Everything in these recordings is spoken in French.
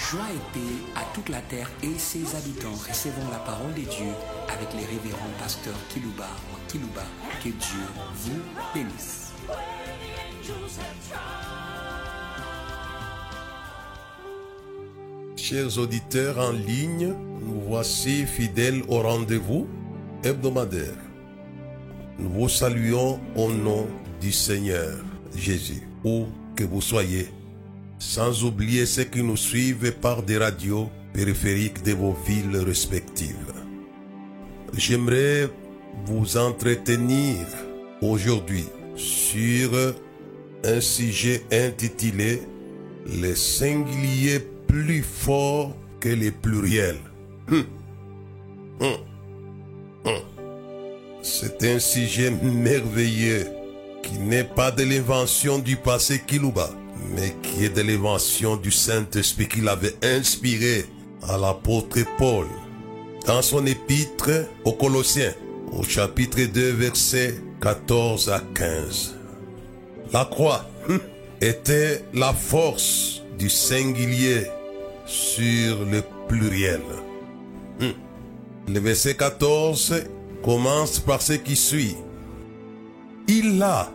Joie et paix à toute la terre et ses habitants. Recevons la parole de Dieu avec les révérends pasteurs Kilouba. Que Dieu vous bénisse. Chers auditeurs en ligne, nous voici fidèles au rendez-vous hebdomadaire. Nous vous saluons au nom du Seigneur Jésus, où que vous soyez, sans oublier ceux qui nous suivent par des radios périphériques de vos villes respectives. J'aimerais vous entretenir aujourd'hui sur un sujet intitulé « Les singuliers plus forts que les pluriels ». C'est un sujet merveilleux qui n'est pas de l'invention du passé Kilouba, mais qui est de l'invention du Saint-Esprit qui l'avait inspiré à l'apôtre Paul dans son épître aux Colossiens, au chapitre 2, versets 14 à 15. La croix était la force du singulier sur le pluriel. Le verset 14 commence par ce qui suit. Il a,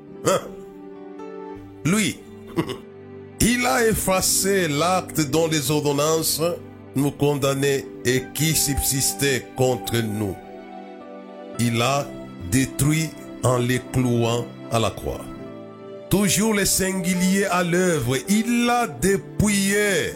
lui, il a effacé l'acte dont les ordonnances nous condamnaient et qui subsistait contre nous. Il a détruit en les clouant à la croix. Toujours le singulier à l'œuvre, il a dépouillé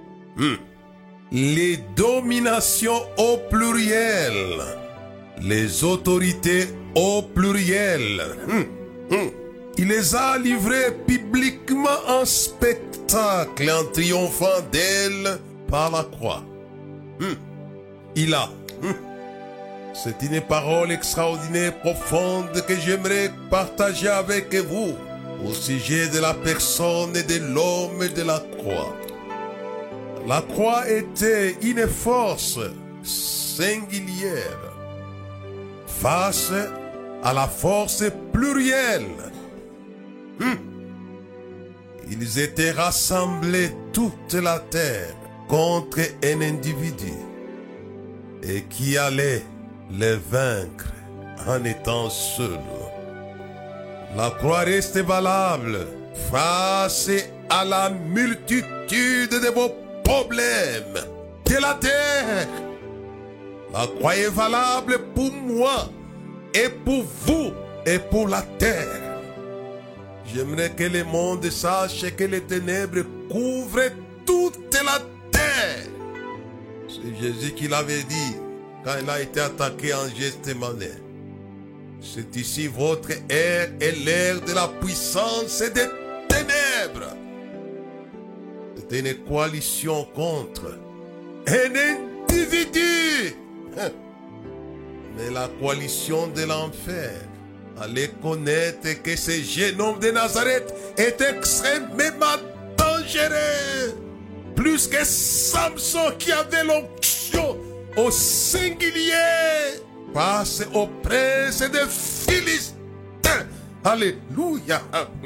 les dominations au pluriel, les autorités au pluriel. Il les a livrées publiquement en spectacle en triomphant d'elles par la croix. Il a. C'est une parole extraordinaire, profonde que j'aimerais partager avec vous au sujet de la personne et de l'homme de la croix. La croix était une force singulière face à la force plurielle. Ils étaient rassemblés toute la terre contre un individu et qui allait les vaincre en étant seul. La croix reste valable face à la multitude de vos problèmes de la terre. La croix est valable pour moi et pour vous et pour la terre. J'aimerais que le monde sache que les ténèbres couvrent toute la terre. C'est Jésus qui l'avait dit quand il a été attaqué en Gethsémani. C'est ici votre ère et l'ère de la puissance et des ténèbres. C'était une coalition contre un individu. Mais la coalition de l'enfer allait connaître que ce jeune homme de Nazareth est extrêmement dangereux. Plus que Samson qui avait l'onction au singulier face au prince des Philistins. Alléluia.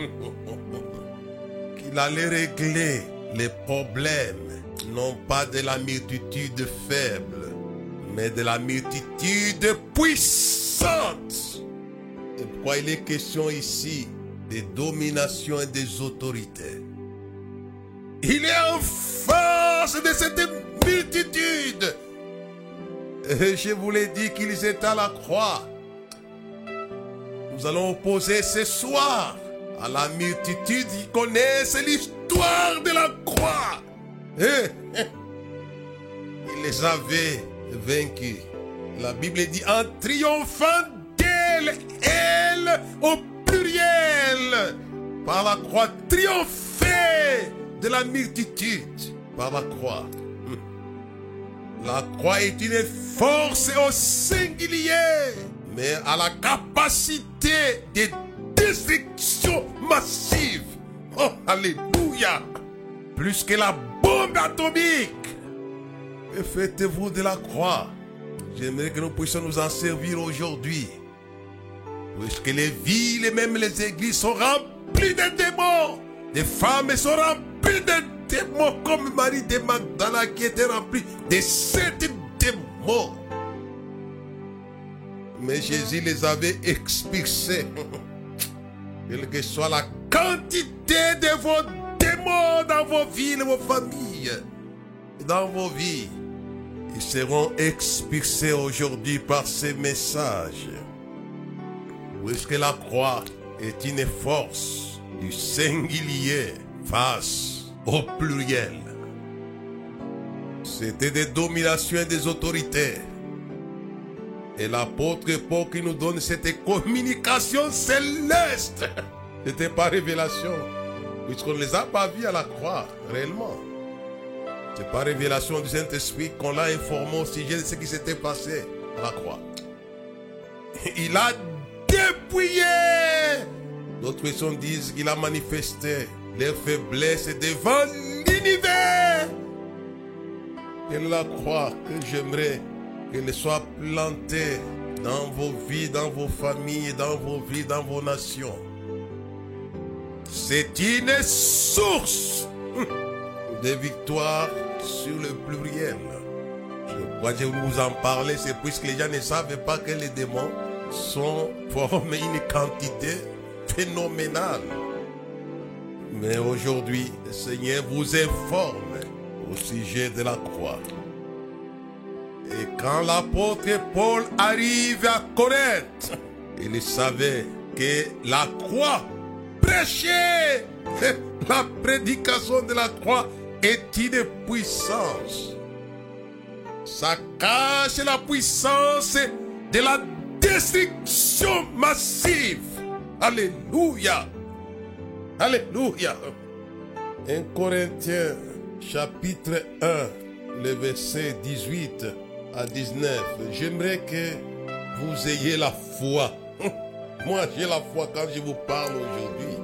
Qu'il allait régler les problèmes, non pas de la multitude faible, mais de la multitude puissante. Et pourquoi il est question ici des dominations et des autorités? Il est en face de cette multitude. Et je vous l'ai dit qu'ils étaient à la croix. Nous allons opposer ce soir à la multitude qui connaissent l'histoire de la croix. Il les avait vaincus. La Bible dit en triomphant d'elle, elle au pluriel, par la croix, triompher de la multitude par la croix. La croix est une force au singulier, mais à la capacité de destruction massive. Oh, alléluia! Plus que la bombe atomique. Que faites-vous de la croix? J'aimerais que nous puissions nous en servir aujourd'hui. Puisque les villes et même les églises sont remplies de démons. Les femmes sont remplies de démons comme Marie de Magdala qui était remplie de 7 démons. Mais Jésus les avait expulsés. Quelle que soit la quantité de vos démons dans vos villes, vos familles, dans vos vies, ils seront expulsés aujourd'hui par ces messages. Puisque la croix est une force du singulier face au pluriel. C'était des dominations et des autorités. Et l'apôtre Paul qui nous donne cette communication céleste. C'était pas révélation. Puisqu'on ne les a pas vus à la croix, réellement. C'est pas révélation du Saint-Esprit qu'on l'a informé au sujet de ce qui s'était passé à la croix. Il a dépouillé. D'autres personnes disent qu'il a manifesté les faiblesses devant l'univers. Et la croix que j'aimerais qu'elle soit plantée dans vos vies, dans vos familles, dans vos vies, dans vos nations. C'est une source de victoire sur le pluriel. Je crois que je vous en parler, c'est puisque les gens ne savent pas que les démons sont formés une quantité phénoménale. Mais aujourd'hui, le Seigneur vous informe au sujet de la croix. Et quand l'apôtre Paul arrive à Corinthe, il savait que la croix prêchée, la prédication de la croix est une puissance. Ça cache la puissance de la destruction massive. Alléluia. Alléluia. 1 Corinthiens chapitre 1, le verset 18 à 19. J'aimerais que vous ayez la foi. Moi, j'ai la foi quand je vous parle aujourd'hui.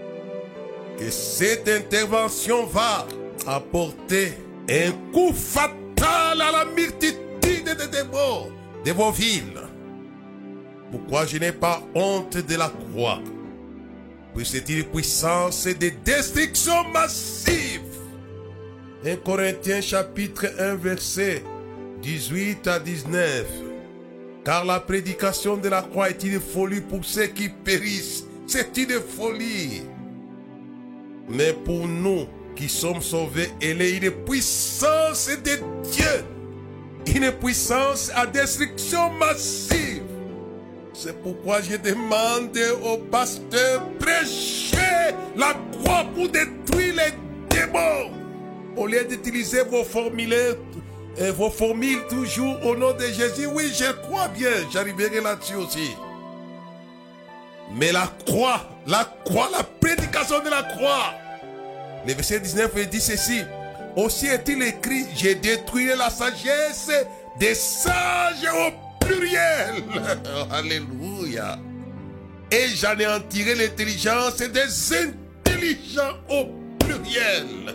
Que cette intervention va apporter un coup fatal à la multitude de démons de vos villes. Pourquoi je n'ai pas honte de la croix? Puis c'est une puissance de destruction massive. 1 Corinthiens chapitre 1 verset 18 à 19. Car la prédication de la croix est une folie pour ceux qui périssent. C'est une folie. Mais pour nous qui sommes sauvés, elle est une puissance de Dieu. Une puissance à destruction massive. C'est pourquoi je demande aux pasteurs prêcher la croix pour détruire les démons. Au lieu d'utiliser vos formulaires et vos formules toujours au nom de Jésus. Oui, je crois bien, j'arriverai là-dessus aussi. Mais la croix, la prédication de la croix. Le verset 19 dit ceci. Aussi est-il écrit, j'ai détruit la sagesse des sages au pluriel. Alléluia. Et j'anéantirai l'intelligence des intelligents au pluriel.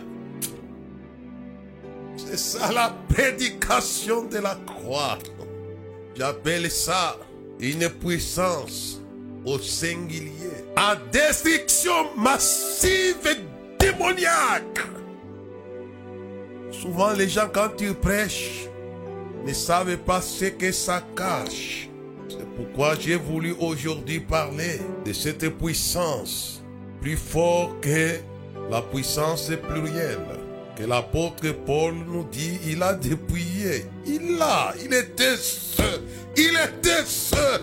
C'est ça la prédication de la croix. J'appelle ça une puissance au singulier. À destruction massive et démoniaque. Souvent les gens quand ils prêchent ne savent pas ce que ça cache. C'est pourquoi j'ai voulu aujourd'hui parler de cette puissance plus forte que la puissance plurielle. Que l'apôtre Paul nous dit, il a dépouillé. Il était seul. Il était seul.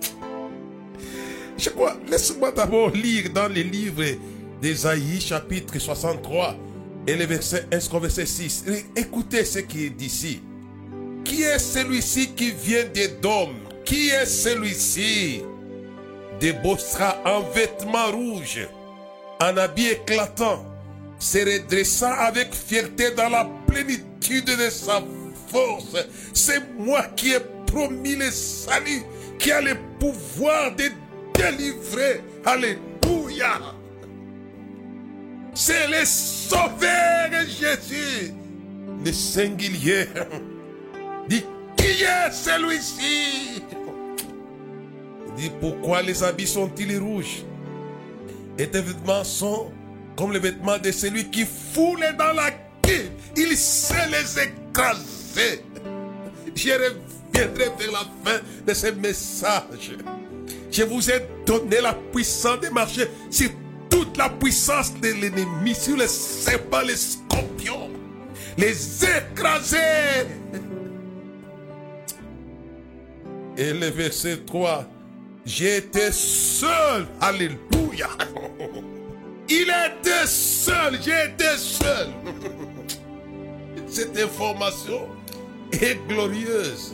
Je crois, laisse-moi d'abord lire dans les livres d'Ésaïe, chapitre 63, et le verset 1 jusqu'au verset 6. Écoutez ce qui est ici. Qui est celui-ci qui vient d'Édom? Qui est celui-ci? Débauchera en vêtements rouges, en habit éclatant, se redressant avec fierté dans la plénitude de sa force. C'est moi qui ai promis le salut, qui a le pouvoir de délivrer. Alléluia. C'est le Sauveur Jésus, le singulier. Dit, qui est celui-ci? Dit, pourquoi les habits sont-ils rouges et tes vêtements sont comme les vêtements de celui qui foule dans la quille. Il sait les écraser. Je reviendrai vers la fin de ce message. Je vous ai donné la puissance de marcher sur toute la puissance de l'ennemi, sur les serpents, les scorpions, les écraser. Et le verset 3, j'étais seul, alléluia. Il était seul, j'étais seul. Cette information est glorieuse.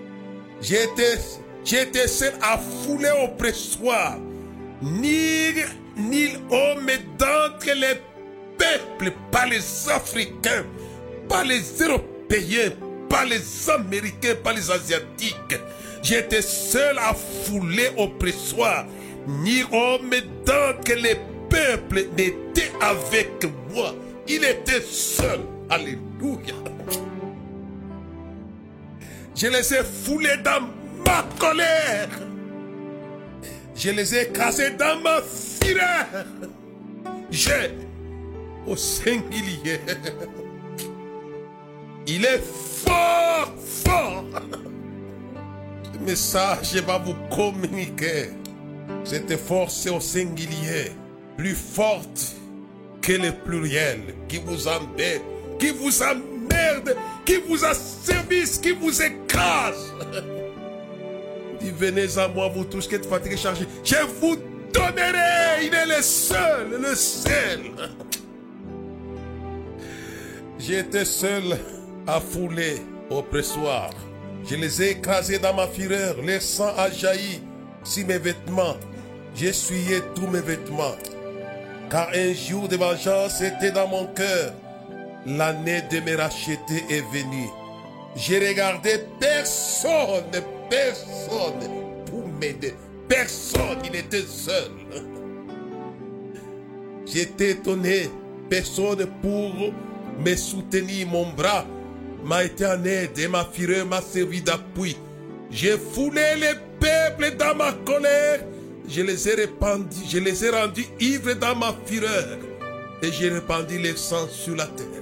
J'étais seul à fouler au pressoir. Ni homme d'entre les peuples, pas les Africains, pas les Européens, pas les Américains, pas les Asiatiques. J'étais seul à fouler au pressoir. Ni homme d'entre les peuples n'était avec moi. Il était seul. Alléluia. Je les ai foulés dans ma colère. Je les ai écrasés dans ma fureur. J'ai au singulier. Il est fort, fort. Ce message va vous communiquer. Cette force est au singulier, plus forte que le pluriel, qui vous embête, qui vous emmerde, qui vous asservisse, qui vous écrase. Dis, venez à moi, vous tous qui êtes fatigués, chargés. Je vous donnerai. Il est le seul, le seul. J'étais seul à fouler au pressoir. Je les ai écrasés dans ma fureur. Le sang a jailli sur mes vêtements. J'ai essuyé tous mes vêtements. Car un jour de vengeance était dans mon cœur. L'année de me racheter est venue. J'ai regardé personne pour m'aider. Personne, il était seul. J'étais étonné. Personne pour me soutenir. Mon bras m'a été en aide et ma fureur m'a servi d'appui. J'ai foulé les peuples dans ma colère. Je les ai rendus ivres dans ma fureur. Et j'ai répandu le sang sur la terre.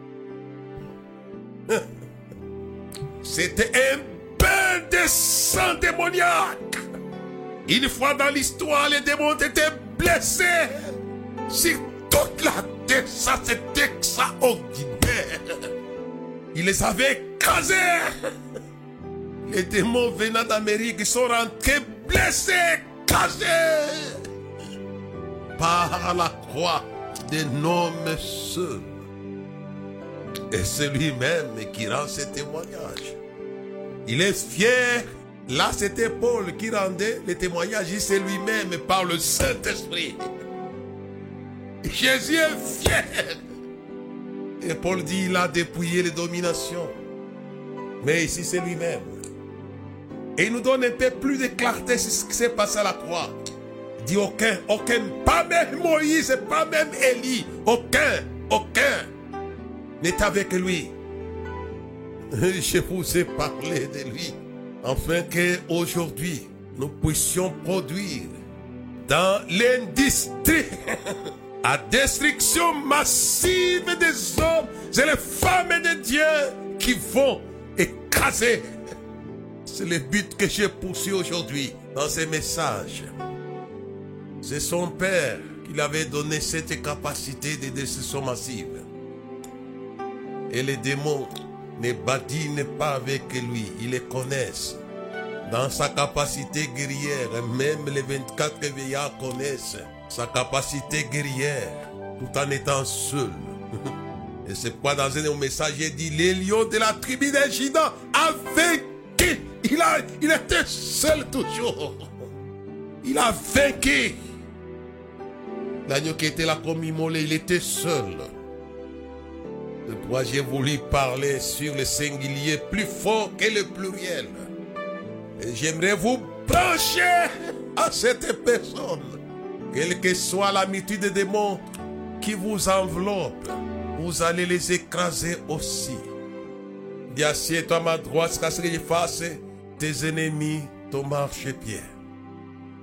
C'était un bain de sang démoniaque. Une fois dans l'histoire, les démons étaient blessés. Sur toute la terre, ça c'était extraordinaire. Ils les avaient écrasés. Les démons venant d'Amérique, ils sont rentrés blessés, écrasés par la croix d'un homme seul. Et c'est lui-même qui rend ce témoignage. Il est fier. Là, c'était Paul qui rendait le témoignage. C'est lui-même par le Saint-Esprit. Jésus est fier. Et Paul dit, il a dépouillé les dominations. Mais ici, c'est lui-même. Et il nous donne un peu plus de clarté sur ce qui s'est passé à la croix. Il dit, aucun, pas même Moïse, pas même Élie, aucun n'est avec lui. Je vous ai parlé de lui, afin qu'aujourd'hui, nous puissions produire dans l'industrie à destruction massive des hommes et les femmes de Dieu qui vont écraser. C'est le but que j'ai poursuivi aujourd'hui dans ces messages. C'est son Père qui lui avait donné cette capacité de destruction massive. Et les démons ne badinent pas avec lui, ils les connaissent. Dans sa capacité guerrière, même les 24 veillards connaissent sa capacité guerrière, tout en étant seul. Et c'est pourquoi dans un message, il dit, les lions de la tribu des Juda a vaincu. Il était seul toujours. Il a vaincu. L'agneau qui était là comme immolé, il était seul. C'est pourquoi j'ai voulu parler sur le singulier plus fort que le pluriel. Et j'aimerais vous brancher à cette personne. Quelle que soit l'amitié des démons qui vous enveloppe, vous allez les écraser aussi. Dis, assieds-toi à ma droite, jusqu'à ce que je fasse tes ennemis ton marchepied.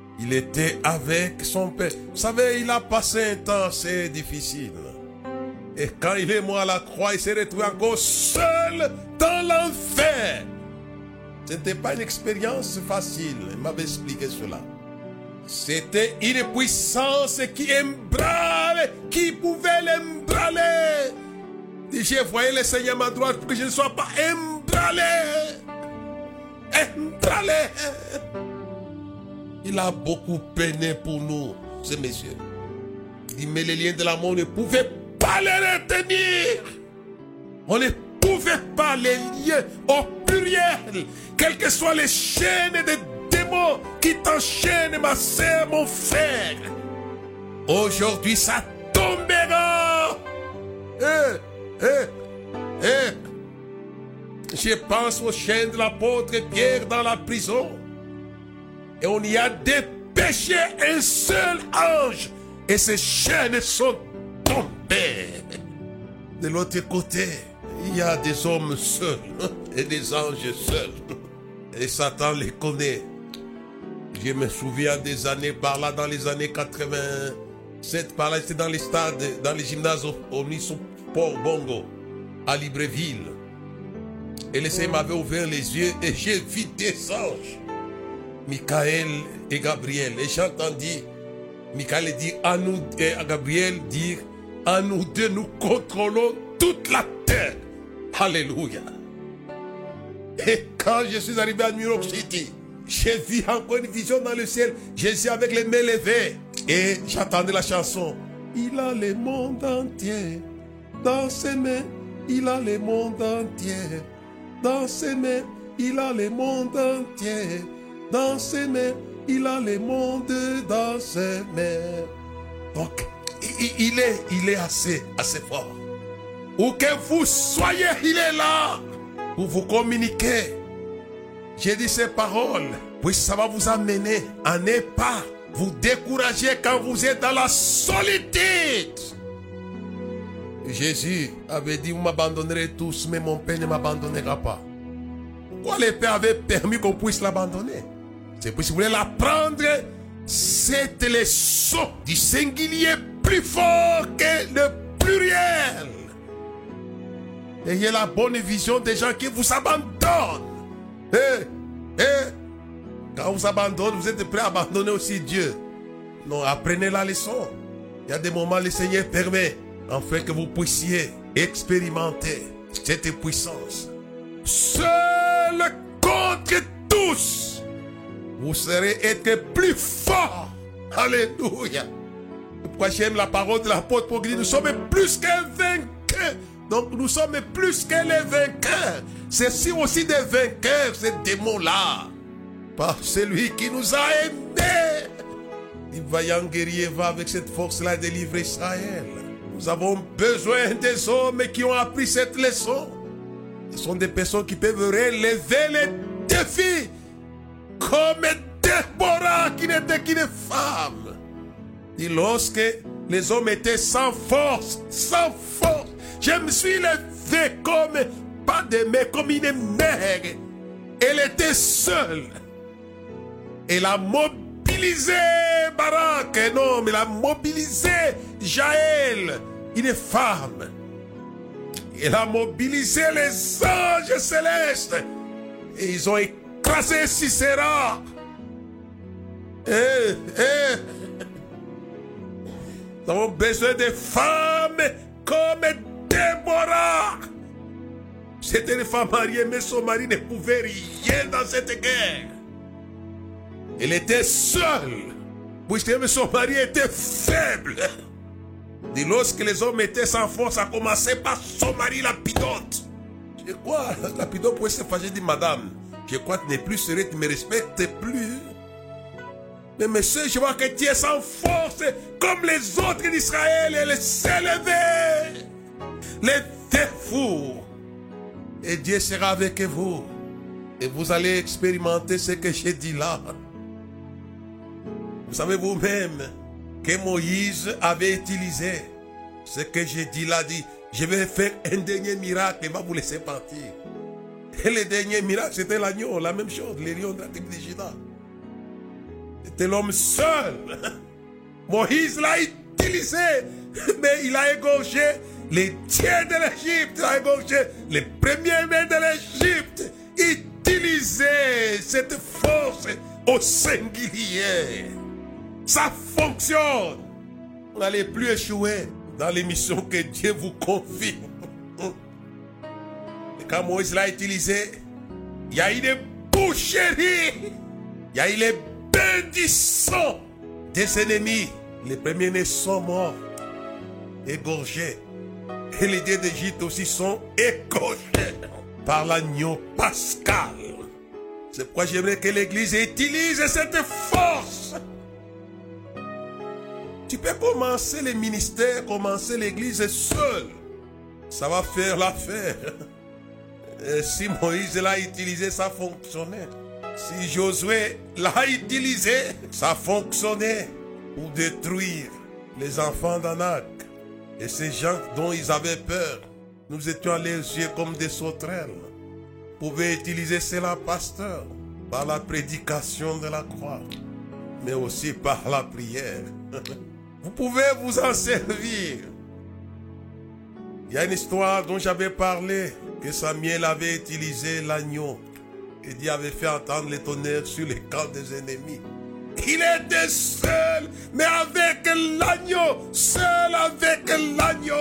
Il était avec son père. Vous savez, il a passé un temps assez difficile. Et quand il est mort à la croix, il s'est retrouvé encore seul dans l'enfer. Ce n'était pas une expérience facile. Il m'avait expliqué cela. C'était une puissance qui emballait, qui pouvait l'emballer. Je voyais le Seigneur à ma droite pour que je ne sois pas emballé. Emballé. Il a beaucoup peiné pour nous, ce monsieur. Il met les liens de la mort, on ne pouvait pas les retenir. On ne pouvait pas les lier au pluriel. Quelles que soient les chaînes des démons qui t'enchaînent, ma sœur, mon frère. Aujourd'hui, ça tombera. Je pense aux chaînes de l'apôtre Pierre dans la prison. Et on y a dépêché un seul ange. Et ces chaînes sont tombées. De l'autre côté, il y a des hommes seuls et des anges seuls. Et Satan les connaît. Je me souviens des années par là, dans les années 87, par là, j'étais dans les stades, dans les gymnases Omnisport Bongo, à Libreville. Et le Seigneur m'avait ouvert les yeux et j'ai vu des anges. Michael et Gabriel. Et j'entendis Michael dire à nous, et à Gabriel dire, à nous deux, nous contrôlons toute la terre. Alléluia. Et quand je suis arrivé à New York City, j'ai vu encore une vision dans le ciel. Jésus avec les mains levées. Et j'entendais la chanson. Il a le monde entier dans ses mains. Il a le monde entier dans ses mains. Il a le monde entier dans ses mains. Il a le monde dans ses mains. Donc, il est assez fort. Où que vous soyez, il est là pour vous communiquer. J'ai dit ces paroles, puis ça va vous amener à ne pas vous décourager quand vous êtes dans la solitude. Jésus avait dit, vous m'abandonnerez tous, mais mon Père ne m'abandonnera pas. Pourquoi le Père avait permis qu'on puisse l'abandonner? C'est parce que vous voulez l'apprendre, cette leçon du singulier plus fort que le pluriel. Ayez la bonne vision des gens qui vous abandonnent. Quand on vous abandonne, vous êtes prêt à abandonner aussi Dieu. Non, apprenez la leçon. Il y a des moments où le Seigneur permet, afin que vous puissiez expérimenter cette puissance. Seul contre tous, vous serez être plus fort. Alléluia. Pourquoi j'aime la parole de l'apôtre pour dire nous sommes plus que vainqueurs. Donc nous sommes plus que les vainqueurs. C'est aussi des vainqueurs, ces démons-là. Par celui qui nous a aimés. Le vaillant guerrier va avec cette force-là délivrer Israël. Nous avons besoin des hommes qui ont appris cette leçon. Ce sont des personnes qui peuvent relever les défis. Comme Déborah qui n'était qu'une femme. Et lorsque les hommes étaient sans force, je me suis levé comme, pas de mère, comme une mère. Elle était seule. Elle a mobilisé Barak, non, mais elle a mobilisé Jaël, une femme. Elle a mobilisé les anges célestes. Et ils ont écrasé Sisera. Nous avons besoin de femmes comme Déborah. C'était une femme mariée, mais son mari ne pouvait rien dans cette guerre. Elle était seule, puisque son mari était faible. Et lorsque les hommes étaient sans force, ça commençait par son mari Lapidote. Je crois, Lapidote pouvait se fâcher, dit madame, je crois que tu n'es plus sérieux, tu ne me respectes plus. Mais monsieur, je vois que tu es sans force, comme les autres d'Israël, elle s'est levée. Levez-vous. Et Dieu sera avec vous. Et vous allez expérimenter ce que j'ai dit là. Vous savez vous-même que Moïse avait utilisé ce que j'ai dit là, dit, je vais faire un dernier miracle et va vous laisser partir. Et le dernier miracle, c'était l'agneau, la même chose, les lions de la tribu de Juda. C'était l'homme seul. Moïse l'a utilisé, mais il a égorgé les dieux de l'Égypte. Il a égorgé les premiers-nés de l'Égypte. Utilisez cette force au singulier. Ça fonctionne. Vous n'allez plus échouer dans les missions que Dieu vous confie. Et quand Moïse l'a utilisé, il y a eu des boucheries. Il y a eu les bénédictions des ennemis. Les premiers-nés sont morts, égorgés. Et les dieux d'Égypte aussi sont égorgés par l'agneau pascal. C'est pourquoi j'aimerais que l'Église utilise cette force. Tu peux commencer les ministères, commencer l'Église seul. Ça va faire l'affaire. Et si Moïse l'a utilisé, ça fonctionnait. Si Josué l'a utilisé, ça fonctionnait pour détruire les enfants d'Anak. Et ces gens dont ils avaient peur, nous étions à leurs yeux comme des sauterelles. Vous pouvez utiliser cela, pasteur, par la prédication de la croix, mais aussi par la prière. Vous pouvez vous en servir. Il y a une histoire dont j'avais parlé, que Samuel avait utilisé l'agneau. Et Dieu avait fait entendre les tonnerres sur les camps des ennemis. Il était seul, mais avec l'agneau. Seul avec l'agneau.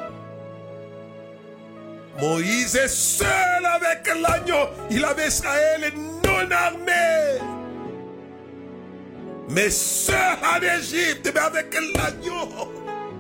Moïse est seul avec l'agneau. Il avait Israël non armé. Mais seul en Égypte, mais avec l'agneau.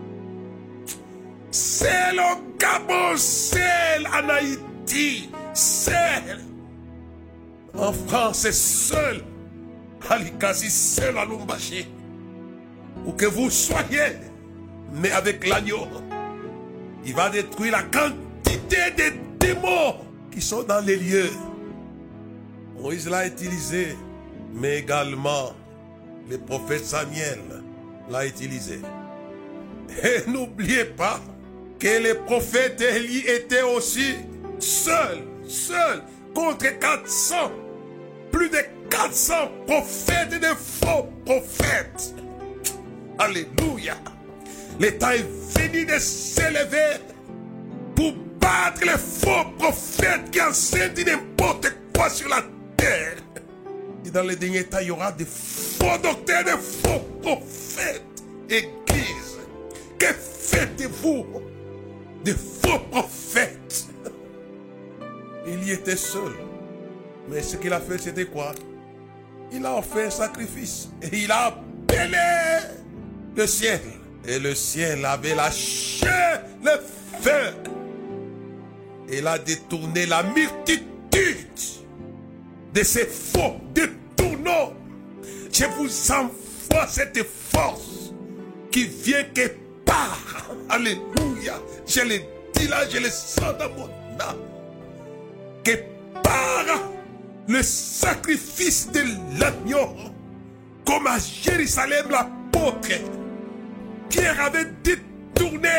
Seul au Gabon, seul en Haïti, seul. En France, c'est seul. Alikasi, seul à Lumbashi. Où que vous soyez, mais avec l'agneau. Il va détruire la quantité de démons qui sont dans les lieux. Moïse l'a utilisé, mais également le prophète Samuel l'a utilisé. Et n'oubliez pas que le prophète Élie était aussi seul contre 400, plus de 400 prophètes et de faux prophètes. Alléluia. Le temps est venu de s'élever pour battre les faux prophètes qui enseignent n'importe quoi sur la terre. Et dans les derniers temps, il y aura des faux docteurs, des faux prophètes. Église, que faites-vous des faux prophètes? Il y était seul. Mais ce qu'il a fait, c'était quoi? Il a offert un sacrifice. Et il a appelé le ciel. Et le ciel avait lâché le feu. Il a détourné la multitude de ces faux détournants. Je vous envoie cette force qui vient que par. Alléluia. Je le dis là, je le sens dans mon âme. Que par le sacrifice de l'agneau, comme à Jérusalem l'apôtre Pierre avait détourné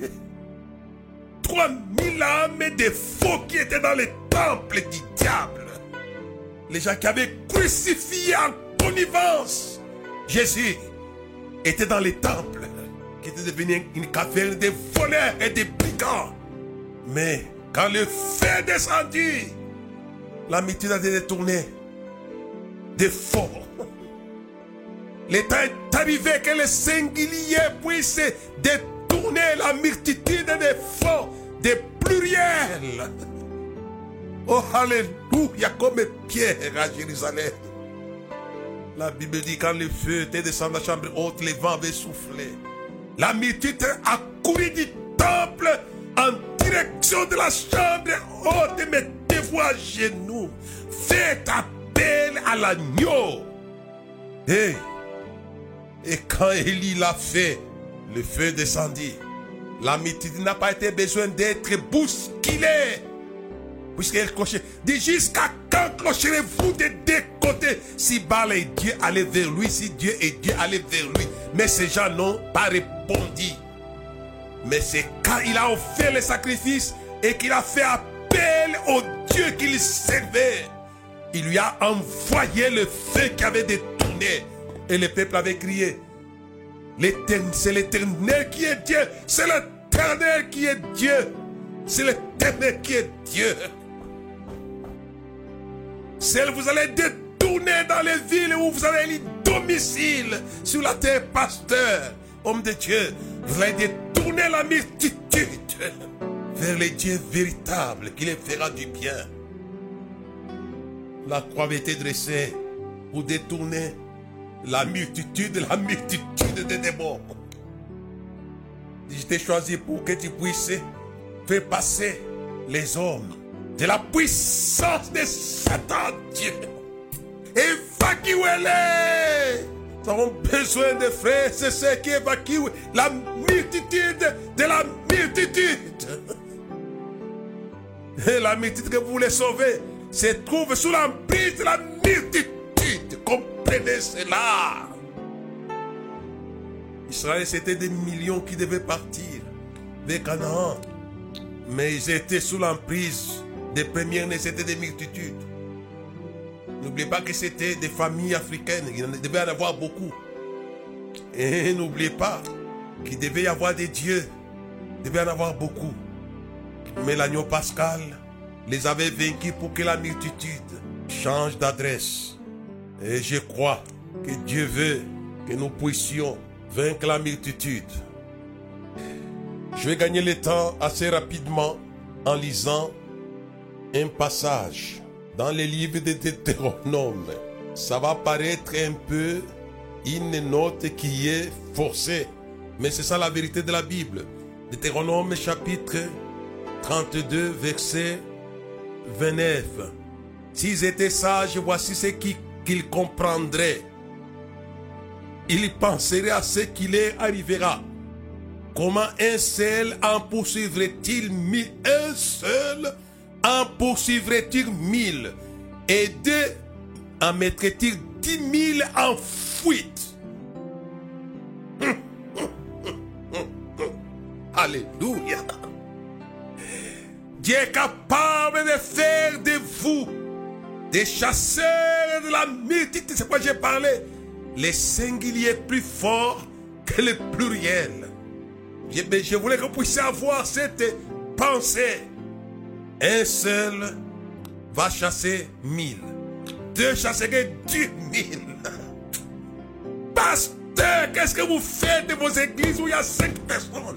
3000 âmes de faux qui étaient dans les temples du diable. Les gens qui avaient crucifié en connivence Jésus étaient dans les temples, qui étaient devenus une caverne de voleurs et de brigands. Mais quand le feu est descendu, la multitude a été détournée des faux. Le temps est arrivé que le singulier puisse détourner la multitude des faux, des pluriels. Oh, alléluia, comme Pierre à Jérusalem. La Bible dit quand le feu était descendu dans la chambre haute, les vents avaient soufflé. La multitude a couru du temple en direction de la chambre haute. Mettez-vous à genoux. Faites appel à l'agneau. Et quand Élie l'a fait, le feu descendit. La multitude n'a pas été besoin d'être bousculée. Puisqu'elle clochait. Dit jusqu'à quand clocherez-vous de deux côtés? Si Baal et Dieu allaient vers lui, si Dieu et Dieu allaient vers lui. Mais ces gens n'ont pas répondu. Mais c'est quand il a offert le sacrifice et qu'il a fait appel au Dieu qu'il servait. Il lui a envoyé le feu qui avait détourné Et le peuple avait crié, c'est l'Éternel qui est Dieu, c'est l'Éternel qui est Dieu, c'est l'Éternel qui est Dieu. Vous allez détourner dans les villes où vous avez les domiciles sur la terre, pasteur, homme de Dieu. Vous allez détourner la multitude vers les dieux véritables qui les fera du bien. La croix avait été dressée pour détourner la multitude des démons. Je t'ai choisi pour que tu puisses faire passer les hommes de la puissance de Satan, Dieu. Évacuez-les. Nous avons besoin de frères, c'est ce qui évacue la multitude de la multitude. Et la multitude que vous voulez sauver se trouve sous l'emprise de la multitude. Comprenez cela. Israël, c'était des millions qui devaient partir vers Canaan. Mais ils étaient sous l'emprise des premières-nés, c'était des multitudes. N'oubliez pas que c'était des familles africaines. Il devait y en avoir beaucoup. Et n'oubliez pas qu'il devait y avoir des dieux. Il devait y en avoir beaucoup. Mais l'agneau pascal les avait vaincus pour que la multitude change d'adresse. Et je crois que Dieu veut que nous puissions vaincre la multitude. Je vais gagner le temps assez rapidement en lisant un passage dans les livres de Deutéronome. Ça va paraître un peu une note qui est forcée, mais c'est ça la vérité de la Bible. Deutéronome chapitre 32 verset 29. S'ils étaient sages, voici ce qu'ils comprendraient. Ils penseraient à ce qui leur arrivera. Comment un seul en poursuivrait-il 1000? Un seul en poursuivrait-il 1000? Et deux en mettrait-il 10 000 en fuite? Alléluia. Dieu est capable de faire de vous des chasseurs de la multitude. C'est quoi j'ai parlé? Le singulier est plus fort que le pluriel. Je voulais que vous puissiez avoir cette pensée. Un seul va chasser 1000. Deux chasseront 10 000. Pasteur, qu'est-ce que vous faites de vos églises où il y a 5 personnes?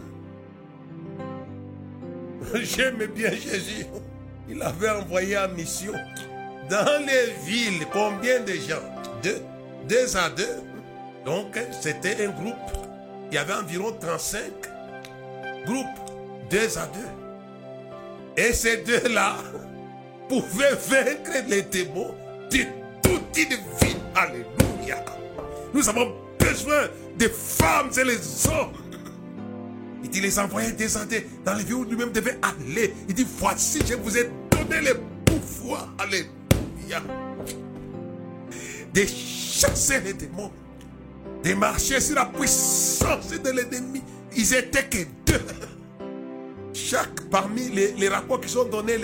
J'aime bien Jésus. Il avait envoyé en mission dans les villes. Combien de gens? Deux à deux. Donc c'était un groupe. Il y avait environ 35 groupes. 2 à 2. Et ces deux-là pouvaient vaincre les démons de toute une ville. Alléluia. Nous avons besoin des femmes et les hommes. Il dit, les envoyait descendre dans les villes où lui-même devait aller. Il dit, voici, je vous ai donné le pouvoir. Alléluia. De chasser les démons. De marcher sur la puissance de l'ennemi. Ils étaient que 2. Parmi les rapports qui sont donnés,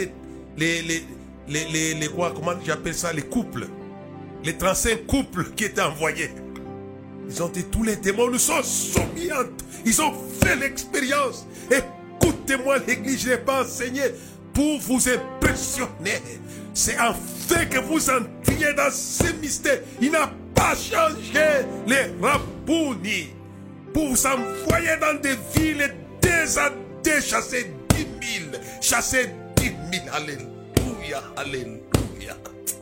comment j'appelle ça, les couples. Les 35 couples qui étaient envoyés. Ils ont dit, tous les démons nous sont soumis. Ils ont fait l'expérience. Écoutez-moi, l'église, je n'ai pas enseigné pour vous impressionner. C'est afin que vous entriez dans ce mystère. Il n'a pas changé les rabbounis pour vous envoyer dans des villes des à des chasser 10 000. Chasser 10 000. Alléluia. Alléluia.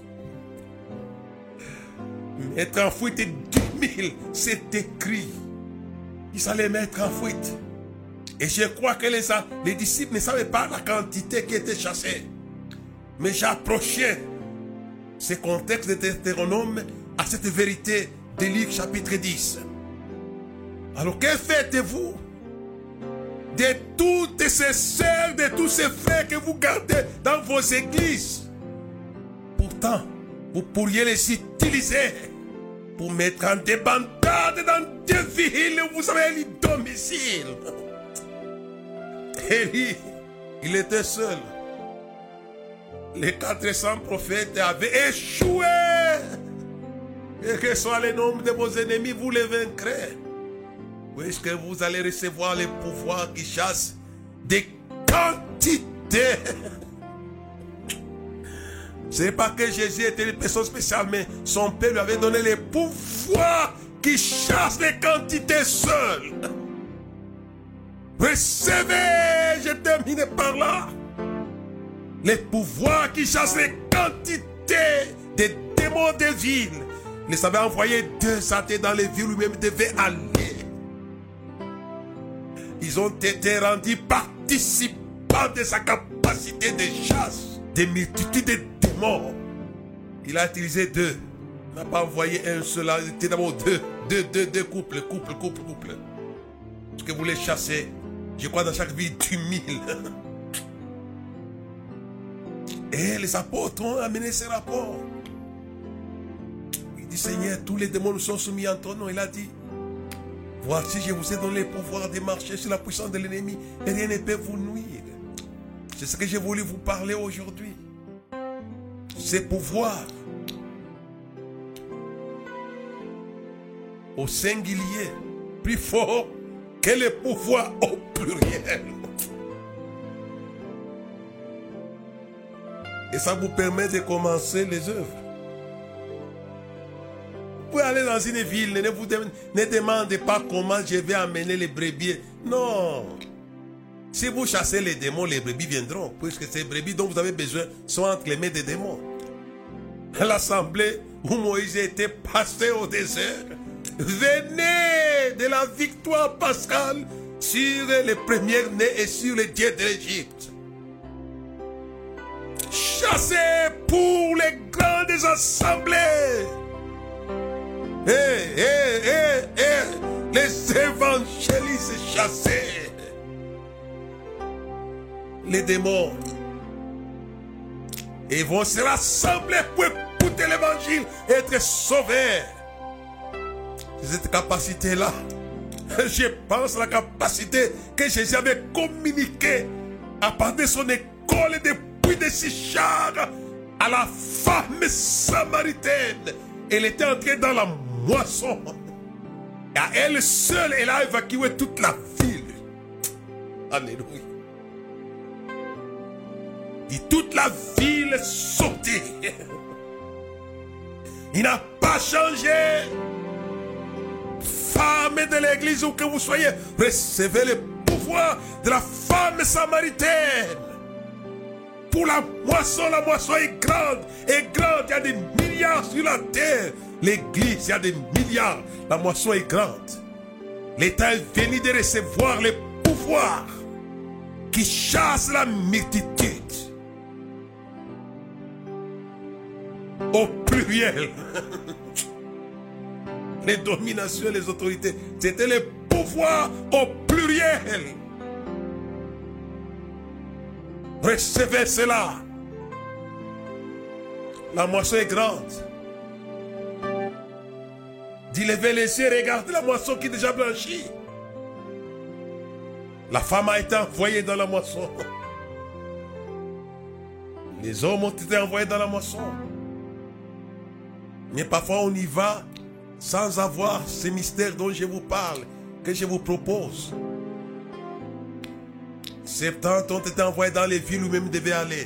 Mettre en fuite 10 000, c'est écrit. Ils allaient mettre en fuite. Et je crois que les disciples ne savaient pas la quantité qui était chassée. Mais j'approchais ce contexte de Deutéronome à cette vérité de Luc chapitre 10. Alors que faites-vous de toutes ces sœurs, de tous ces frères que vous gardez dans vos églises? Pourtant, vous pourriez les utiliser pour mettre en débandade dans des villes où vous avez les domiciles. Élie, il était seul. Les 400 prophètes avaient échoué. Et que soit le nombre de vos ennemis, vous les vaincrez. Puisque vous allez recevoir les pouvoirs qui chassent des quantités. Ce n'est pas que Jésus était une personne spéciale, mais son Père lui avait donné les pouvoirs qui chassent les quantités seules. Recevez, je termine par là, les pouvoirs qui chassent les quantités des démons des villes. Il les avait envoyés 2 Satan dans les villes où lui-même devait aller. Ils ont été rendus participants de sa capacité de chasse, des multitudes de démons. Il a utilisé 2. Il n'a pas envoyé un seul. Il était d'abord 2 couples. Parce que vous les chassez. Je crois dans chaque ville 10 000. Et les apôtres ont amené ces rapports. Il dit, Seigneur, tous les démons nous sont soumis en ton nom. Il a dit, voici, je vous ai donné le pouvoir de marcher sur la puissance de l'ennemi et rien ne peut vous nuire. C'est ce que j'ai voulu vous parler aujourd'hui. Ces pouvoirs au singulier, plus fort que les pouvoirs au pluriel. Et ça vous permet de commencer les œuvres. Vous pouvez aller dans une ville, ne demandez pas comment je vais amener les brebis. Non. Si vous chassez les démons, les brebis viendront. Puisque ces brebis dont vous avez besoin sont entre les mains des démons. L'assemblée où Moïse était passé au désert venait de la victoire pascale sur les premiers-nés et sur les dieux de l'Égypte. Chassez pour les grandes assemblées. Les évangélistes chassaient les démons. Et vont se rassembler pour écouter l'évangile et être sauvés. Cette capacité-là, je pense à la capacité que Jésus avait communiquée à partir de son école depuis de Sichar à la femme samaritaine. Elle était entrée dans la moisson. Et à elle seule, elle a évacué toute la ville. Alléluia. Et toute la ville sortit. Il n'a pas changé. Femme de l'église où que vous soyez, recevez le pouvoir de la femme samaritaine. Pour la moisson est grande. Et grande, il y a des milliards sur la terre. L'église, il y a des milliards. La moisson est grande. L'État est venu de recevoir les pouvoirs qui chassent la multitude. Au pluriel. Les dominations et les autorités, c'était le pouvoir au pluriel. Recevez cela. La moisson est grande. Dis, levez les yeux, regardez la moisson qui est déjà blanchie. La femme a été envoyée dans la moisson. Les hommes ont été envoyés dans la moisson. Mais parfois on y va sans avoir ces mystères dont je vous parle, que je vous propose. 70 ont été envoyés dans les villes où même devaient aller.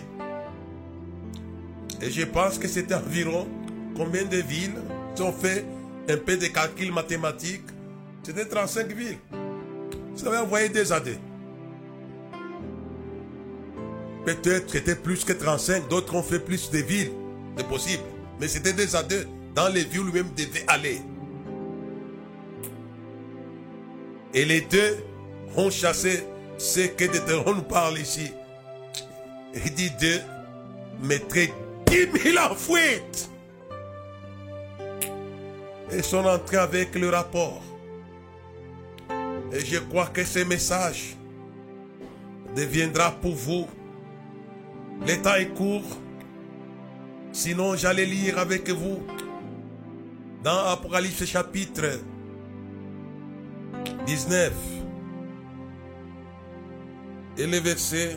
Et je pense que c'était environ combien de villes? Ils ont fait un peu de calcul mathématique. C'était 35 villes. Ils avaient envoyé 2 à 2. Peut-être que c'était plus que 35. D'autres ont fait plus de villes. C'est possible. Mais c'était 2 à 2 dans les villes où même devaient aller. Et les 2 ont chassé ce que Deutéronome nous parle ici. Il dit 2 mettraient 10 000 en fuite. Ils sont entrés avec le rapport. Et je crois que ce message deviendra pour vous. Le temps est court. Sinon, j'allais lire avec vous dans Apocalypse chapitre 19 et le verset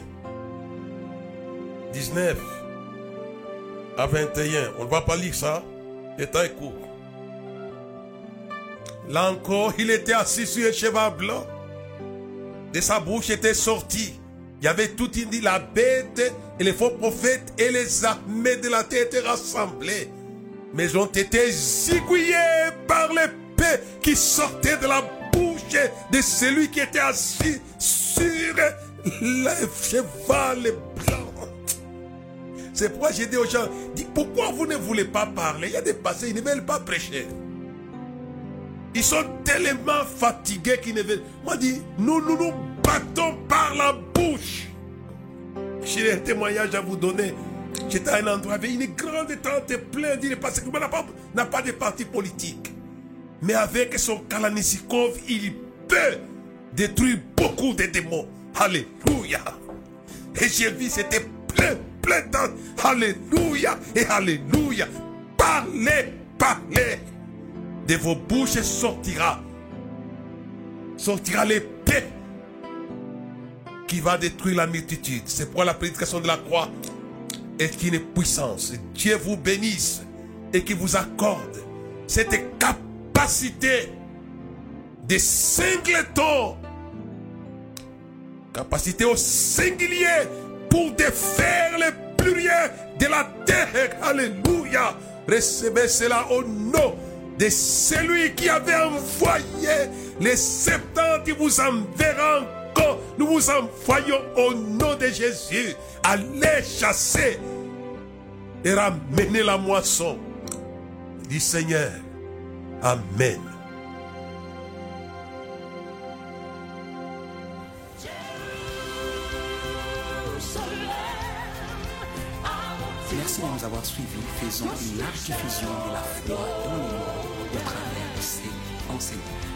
19 à 21. On ne va pas lire ça. Le temps est court. Là encore, il était assis sur un cheval blanc. De sa bouche était sorti. Il y avait tout dit, la bête et les faux prophètes et les armées de la terre étaient rassemblées. Mais ils ont été zigouillés par l'épée qui sortait de la bouche de celui qui était assis sur le cheval blanc. C'est pourquoi j'ai dit aux gens, pourquoi vous ne voulez pas parler? Il y a des pasteurs, ils ne veulent pas prêcher. Ils sont tellement fatigués qu'ils ne veulent. Moi, je dis, nous nous battons par la bouche. J'ai un témoignage à vous donner. J'étais à un endroit avec une grande tente pleine d'îles parce que n'a pas de parti politique. Mais avec son Kalanisikov, il peut détruire beaucoup de démons. Alléluia. Et j'ai vu, c'était plein de... Alléluia et alléluia. Parlez. De vos bouches sortira l'épée qui va détruire la multitude. C'est pourquoi la prédication de la croix est une puissance. Dieu vous bénisse et qui vous accorde cette capacité de singleton, capacité au singulier pour défaire les pluriels de la terre. Alléluia. Recevez cela au nom de celui qui avait envoyé les 70, vous enverra encore. Nous vous envoyons au nom de Jésus. Allez chasser et ramener la moisson du Seigneur. Amen. Merci de nous avoir suivis. Faisons une large diffusion de la foi dans le monde au travers de ces enseignements.